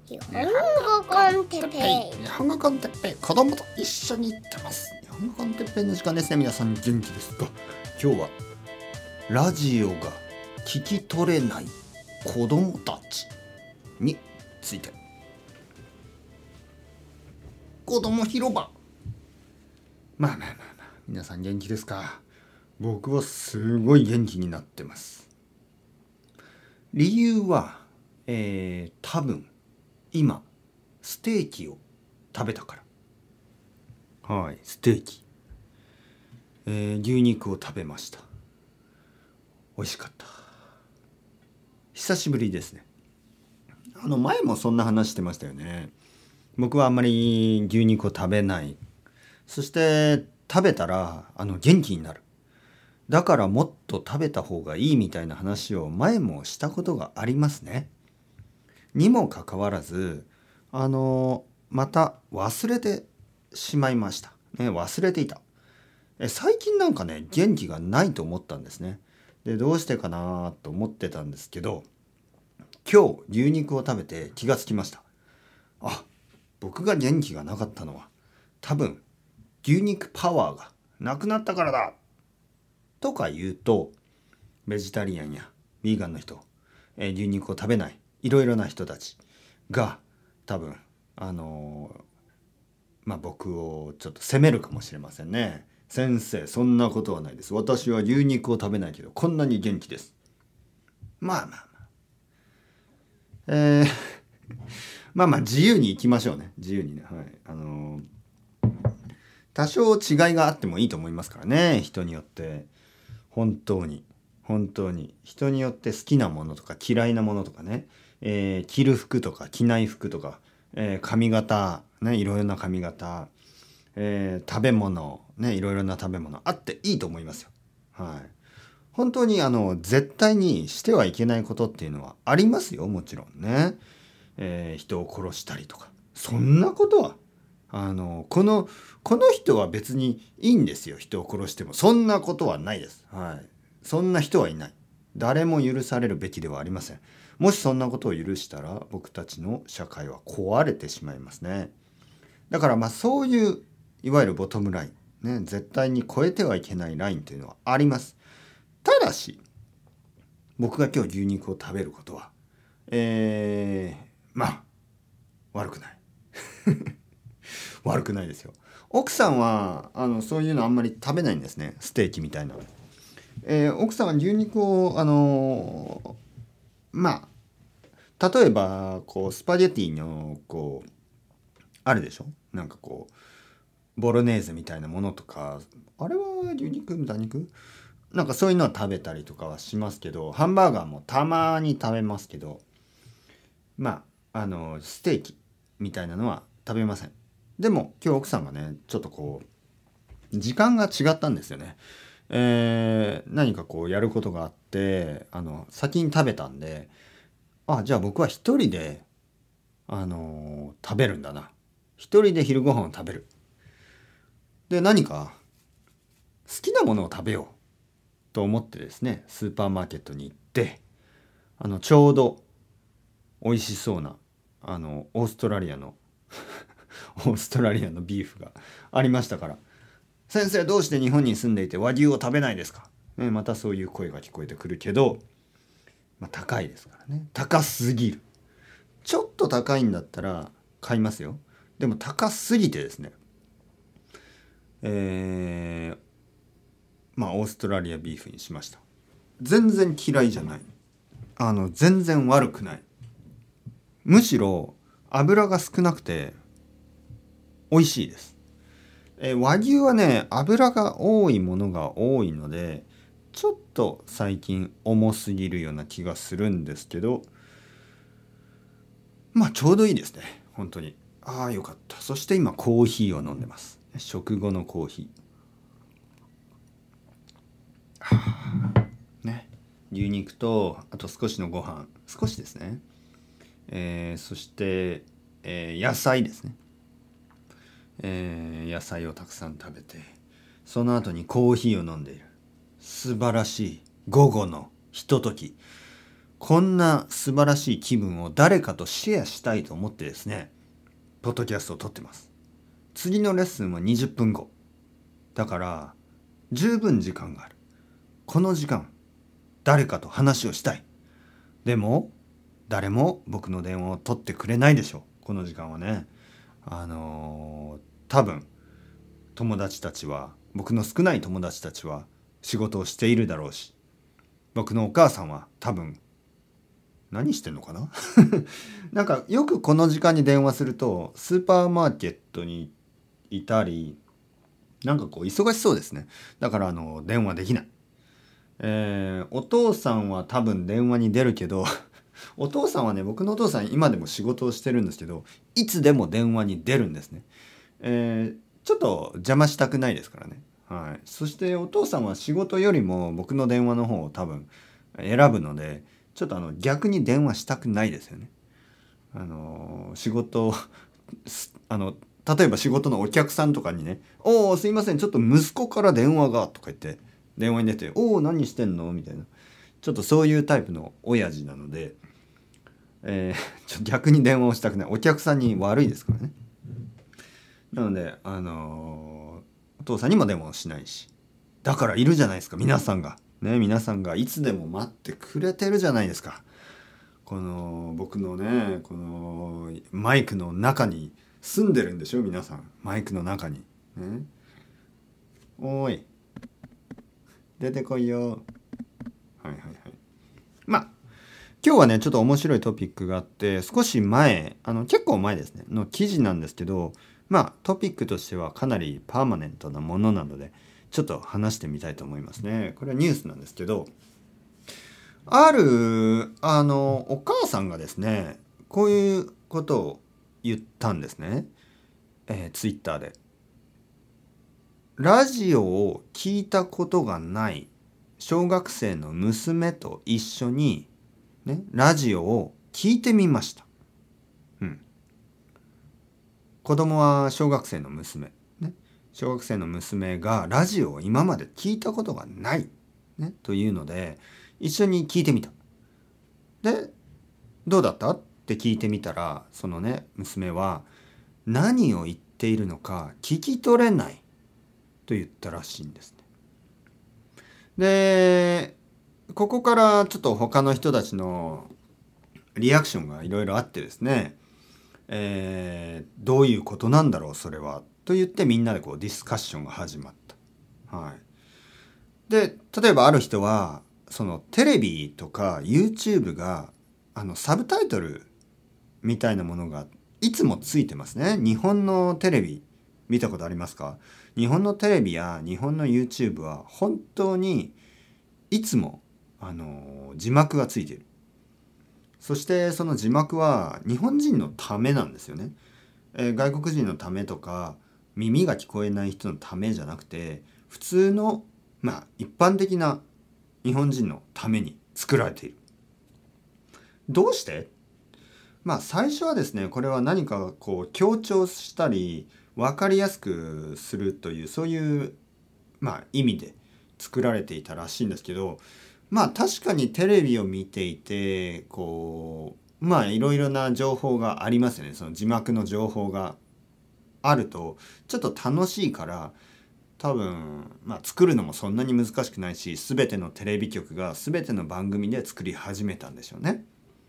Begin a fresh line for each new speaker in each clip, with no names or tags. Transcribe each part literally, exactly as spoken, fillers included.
日本語コンテッペイ
日本語コンテッペイ、子供と一緒に行ってます。日本語コンテッペイの時間ですね。皆さん元気ですか？今日はラジオが聞き取れない子供たちについて。子供広場。まあまあまあまあ、皆さん元気ですか？僕はすごい元気になってます。理由は、えー、多分今ステーキを食べたから。はい、ステーキ、えー、牛肉を食べました。美味しかった。久しぶりですね。あの前もそんな話してましたよね。僕はあんまり牛肉を食べない。そして食べたらあの元気になる。だからもっと食べた方がいいみたいな話を前もしたことがありますね。にもかかわらず、あのまた忘れてしまいました。ね、忘れていた。え最近なんかね、元気がないと思ったんですね。で、どうしてかなと思ってたんですけど、今日牛肉を食べて気がつきました。あ、僕が元気がなかったのは多分牛肉パワーがなくなったからだとか言うと、ベジタリアンやヴィーガンの人、えー、牛肉を食べないいろいろな人たちが多分あのー、まあ僕をちょっと責めるかもしれませんね。先生、そんなことはないです。私は牛肉を食べないけどこんなに元気です。まあまあまあ、えー、まあまあ自由に行きましょうね。自由にね。はい。あのー、多少違いがあってもいいと思いますからね。人によって。本当に本当に人によって好きなものとか嫌いなものとかね、えー、着る服とか着ない服とか、えー、髪型ね、いろいろな髪型、えー、食べ物ね、いろいろな食べ物あっていいと思いますよ。はい。本当にあの絶対にしてはいけないことっていうのはありますよ。もちろんね、えー、人を殺したりとか、そんなことはあのこのこの人は別にいいんですよ。人を殺してもそんなことはないです。はい。そんな人はいない。誰も許されるべきではありません。もしそんなことを許したら僕たちの社会は壊れてしまいますね。だからまあそういういわゆるボトムライン、ね、絶対に超えてはいけないラインというのはあります。ただし僕が今日牛肉を食べることはえー、まあ悪くない悪くないですよ。奥さんはあのそういうのあんまり食べないんですね。ステーキみたいな、えー、奥さんは牛肉をあのー、まあ例えばこうスパゲティのこうあるでしょ、なんかこうボロネーゼみたいなものとか、あれは牛肉豚肉なんかそういうのは食べたりとかはしますけど、ハンバーガーもたまに食べますけど、まああのステーキみたいなのは食べません。でも今日奥さんがねちょっとこう時間が違ったんですよね。えー、何かこうやることがあってあの先に食べたんで、あ、じゃあ僕は一人であのー食べるんだな、一人で昼ご飯を食べる。で何か好きなものを食べようと思ってですね、スーパーマーケットに行って、あのちょうど美味しそうなあのオーストラリアのオーストラリアのビーフがありましたから、先生どうして日本に住んでいて和牛を食べないですか、ね、またそういう声が聞こえてくるけど、まあ、高いですからね。高すぎる。ちょっと高いんだったら買いますよ。でも高すぎてですね、えー、まあオーストラリアビーフにしました。全然嫌いじゃない。あの全然悪くない。むしろ油が少なくて美味しいです。えー、和牛はね油が多いものが多いのでちょっと最近重すぎるような気がするんですけど、まあちょうどいいですね本当に。ああよかった。そして今コーヒーを飲んでます。食後のコーヒーね、牛肉とあと少しのご飯、少しですね、えー、そして、えー、野菜ですね、えー、野菜をたくさん食べて、その後にコーヒーを飲んでいる。素晴らしい午後のひととき。 こんな素晴らしい気分を誰かとシェアしたいと思ってですね、ポッドキャストを撮ってます。次のレッスンはにじゅっぷんご。だから十分時間がある。この時間、誰かと話をしたい。でも誰も僕の電話を取ってくれないでしょう。この時間はね。あのー、多分友達たちは、僕の少ない友達たちは仕事をしているだろうし、僕のお母さんは多分何してんのかななんかよくこの時間に電話するとスーパーマーケットにいたり、なんかこう忙しそうですね。だからあの電話できない。えー、お父さんは多分電話に出るけどお父さんはね、僕のお父さん今でも仕事をしてるんですけど、いつでも電話に出るんですね。えー、ちょっと邪魔したくないですからね。はい。そしてお父さんは仕事よりも僕の電話の方を多分選ぶので、ちょっとあの逆に電話したくないですよね。あの仕事あの例えば仕事のお客さんとかにね、おーすいません、ちょっと息子から電話がとか言って電話に出て、おー何してんのみたいな、ちょっとそういうタイプの親父なので、えー、ちょ逆に電話をしたくない。お客さんに悪いですからね。なのであのー、お父さんにも電話をしないし、だからいるじゃないですか、皆さんがね、皆さんがいつでも待ってくれてるじゃないですか。この僕のね、このマイクの中に住んでるんでしょ、皆さん。マイクの中に、ね、おーい出てこいよ。はいはいはい。まあ今日はねちょっと面白いトピックがあって、少し前、あの結構前ですねの記事なんですけど、まあトピックとしてはかなりパーマネントなものなので、ちょっと話してみたいと思いますね。これはニュースなんですけど、あるあのお母さんがですね、こういうことを言ったんですね。えー、ツイッターで。ラジオを聞いたことがない小学生の娘と一緒にね、ラジオを聞いてみました。うん。子供は小学生の娘、ね。小学生の娘がラジオを今まで聞いたことがない、ね、というので、一緒に聞いてみた。で、どうだったって聞いてみたら、そのね、娘は何を言っているのか聞き取れないと言ったらしいんですね。で、ここからちょっと他の人たちのリアクションがいろいろあってですね、えー、どういうことなんだろうそれはと言ってみんなでこうディスカッションが始まった。はい。で、例えばある人はそのテレビとか YouTube があのサブタイトルみたいなものがいつもついてますね。日本のテレビ見たことありますか？日本のテレビや日本の YouTube は本当にいつもあの字幕がついている。そしてその字幕は日本人のためなんですよね。えー、外国人のためとか耳が聞こえない人のためじゃなくて、普通のまあ一般的な日本人のために作られている。どうして？まあ最初はですね、これは何かこう強調したり分かりやすくするというそういうまあ意味で作られていたらしいんですけど、まあ確かにテレビを見ていてこうまあいろいろな情報がありますよね。その字幕の情報があるとちょっと楽しいから、多分まあ作るのもそんなに難しくないし、全てのテレビ局が全ての番組で作り始めたんでしょうね。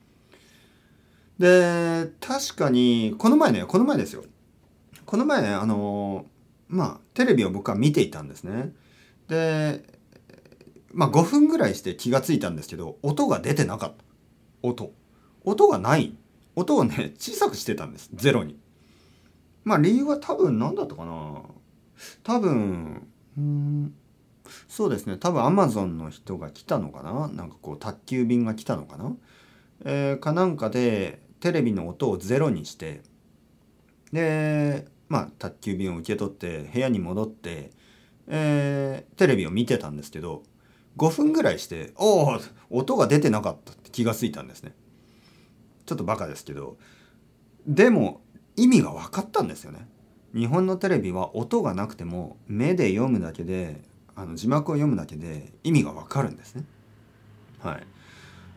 で、確かにこの前ね、この前ですよ。この前ね、あのまあテレビを僕は見ていたんですね。で、まあごふんぐらいして気がついたんですけど、音が出てなかった。音。音がない。音をね、小さくしてたんです。ゼロに。まあ理由は多分何だったかな。多分、うーん、そうですね。多分 Amazon の人が来たのかな。なんかこう宅急便が来たのかな。えー、かなんかでテレビの音をゼロにして、で、まあ宅急便を受け取って部屋に戻って、えー、テレビを見てたんですけど、ごふんぐらいしておお音が出てなかったって気がついたんですね。ちょっとバカですけど、でも意味が分かったんですよね。日本のテレビは音がなくても目で読むだけで、あの字幕を読むだけで意味が分かるんですね。はい。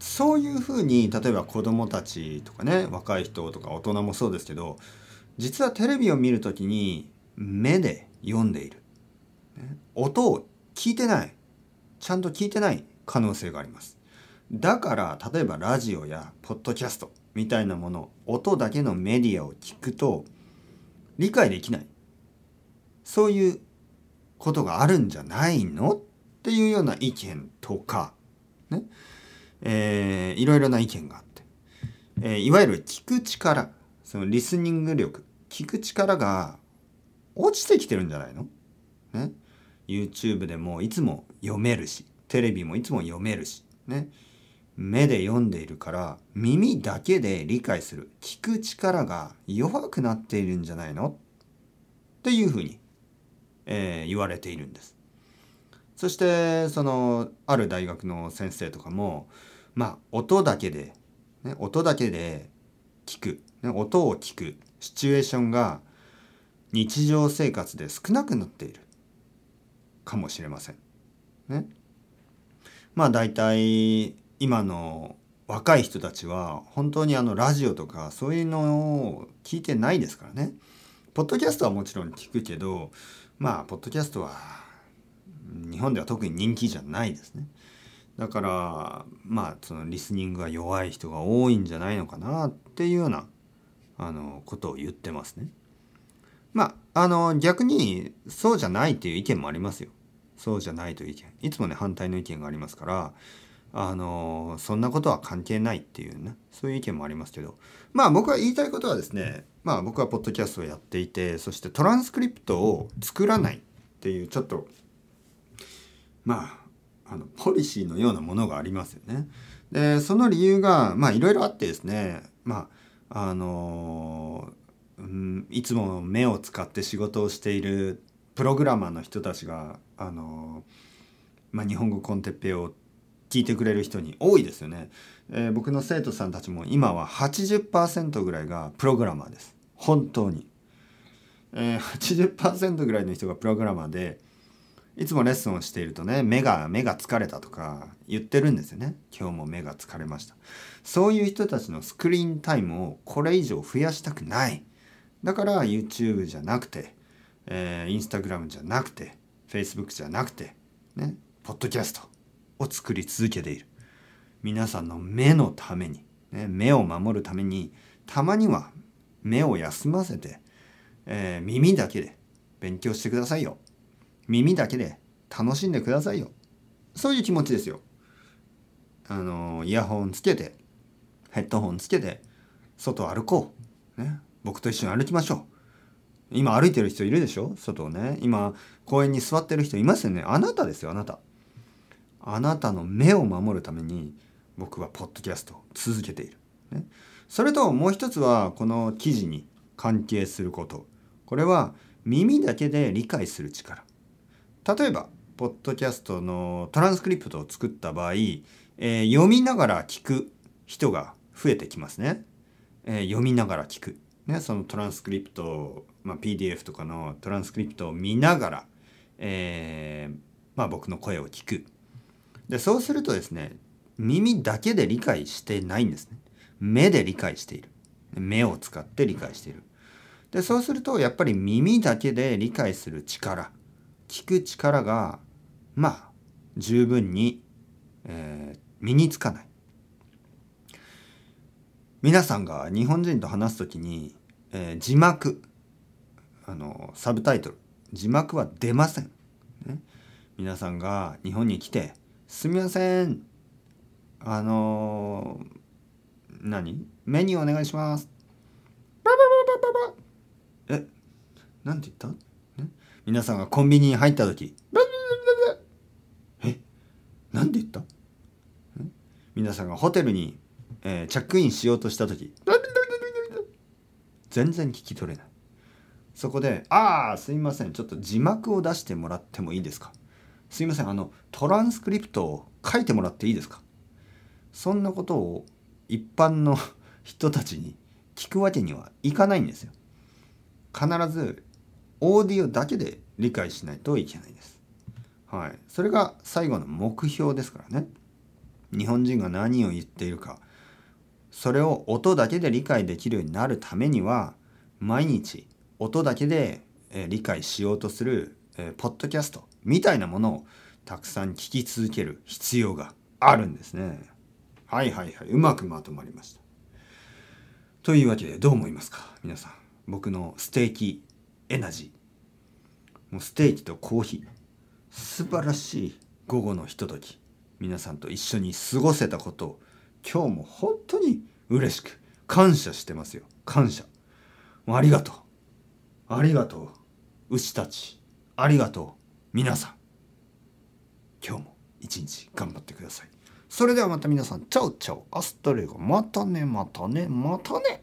そういうふうに例えば子どもたちとかね、若い人とか大人もそうですけど、実はテレビを見るときに目で読んでいる、ね、音を聞いてない、ちゃんと聞いてない可能性があります。だから例えばラジオやポッドキャストみたいなもの、音だけのメディアを聞くと理解できない、そういうことがあるんじゃないのっていうような意見とかね、えー、いろいろな意見があって、えー、いわゆる聞く力、そのリスニング力、聞く力が落ちてきてるんじゃないの、ね、YouTube でもいつも読めるし、テレビもいつも読めるし、ね、目で読んでいるから耳だけで理解する、聞く力が弱くなっているんじゃないのっていうふうに、えー、言われているんです。そしてそのある大学の先生とかも、まあ音だけで、ね、音だけで聞く、ね、音を聞くシチュエーションが日常生活で少なくなっているかもしれませんね。まあ大体今の若い人たちは本当にあのラジオとかそういうのを聞いてないですからね。ポッドキャストはもちろん聞くけど、まあポッドキャストは日本では特に人気じゃないですね。だからまあそのリスニングが弱い人が多いんじゃないのかなっていうようなあのことを言ってますね。まああの逆にそうじゃないっていう意見もありますよ。そうじゃないという意見、いつもね反対の意見がありますから、あのそんなことは関係ないっていうね、そういう意見もありますけど、まあ僕は言いたいことはですね、まあ僕はポッドキャストをやっていて、そしてトランスクリプトを作らないっていうちょっとまああのポリシーのようなものがありますよね。でその理由がまあいろいろあってですね、まああのうん、いつも目を使って仕事をしているプログラマーの人たちがあの、まあ、日本語コンテッペを聞いてくれる人に多いですよね。えー、僕の生徒さんたちも今は はちじゅっパーセント ぐらいがプログラマーです。本当に、えー、はちじゅっパーセント ぐらいの人がプログラマーで、いつもレッスンをしているとね、目が目が疲れたとか言ってるんですよね。今日も目が疲れました。そういう人たちのスクリーンタイムをこれ以上増やしたくない。だから YouTube じゃなくて、えー、Instagram じゃなくて Facebook じゃなくてね、ポッドキャストを作り続けている。皆さんの目のために、ね、目を守るためにたまには目を休ませて、えー、耳だけで勉強してくださいよ。耳だけで楽しんでくださいよ。そういう気持ちですよ。あのイヤホンつけてヘッドホンつけて外を歩こう、ね、僕と一緒に歩きましょう。今歩いてる人いるでしょ、外をね。今公園に座ってる人いますよね。あなたですよ、あなた。あなたの目を守るために僕はポッドキャストを続けている、ね、それともう一つはこの記事に関係すること。これは耳だけで理解する力。例えばポッドキャストのトランスクリプトを作った場合、えー、読みながら聞く人が増えてきますね。えー、読みながら聞く、ね、そのトランスクリプト、まあ、ピーディーエフ とかのトランスクリプトを見ながら、えーまあ、僕の声を聞く。でそうするとですね、耳だけで理解してないんですね。目で理解している。目を使って理解している。でそうするとやっぱり耳だけで理解する力、聞く力がまあ十分に、えー、身につかない。皆さんが日本人と話すときに、えー、字幕、あのサブタイトル、字幕は出ません、ね、皆さんが日本に来てすみません、あのー、何メニューお願いします。ババババババえ、なんて言った、ね、皆さんがコンビニに入った時、バババババえ、なんて言った、ね、皆さんがホテルに、えー、チェックインしようとした時、バババババ全然聞き取れない。そこで、ああすいません、ちょっと字幕を出してもらってもいいですか。すいません、あのトランスクリプトを書いてもらっていいですか。そんなことを一般の人たちに聞くわけにはいかないんですよ。必ずオーディオだけで理解しないといけないです。はい、それが最後の目標ですからね。 日本人が何を言っているか、それを音だけで理解できるようになるためには、毎日音だけで理解しようとするポッドキャストみたいなものをたくさん聞き続ける必要があるんですね。はいはいはい、うまくまとまりました。というわけでどう思いますか皆さん。僕のステーキエナジー、もうステーキとコーヒー、素晴らしい午後のひととき、皆さんと一緒に過ごせたことを今日も本当に嬉しく感謝してますよ。感謝。もうありがとう。ありがとう。牛たち。ありがとう。皆さん。今日も一日頑張ってください。それではまた皆さん、チャウチャウ、アストレゴ、またね、またね、またね。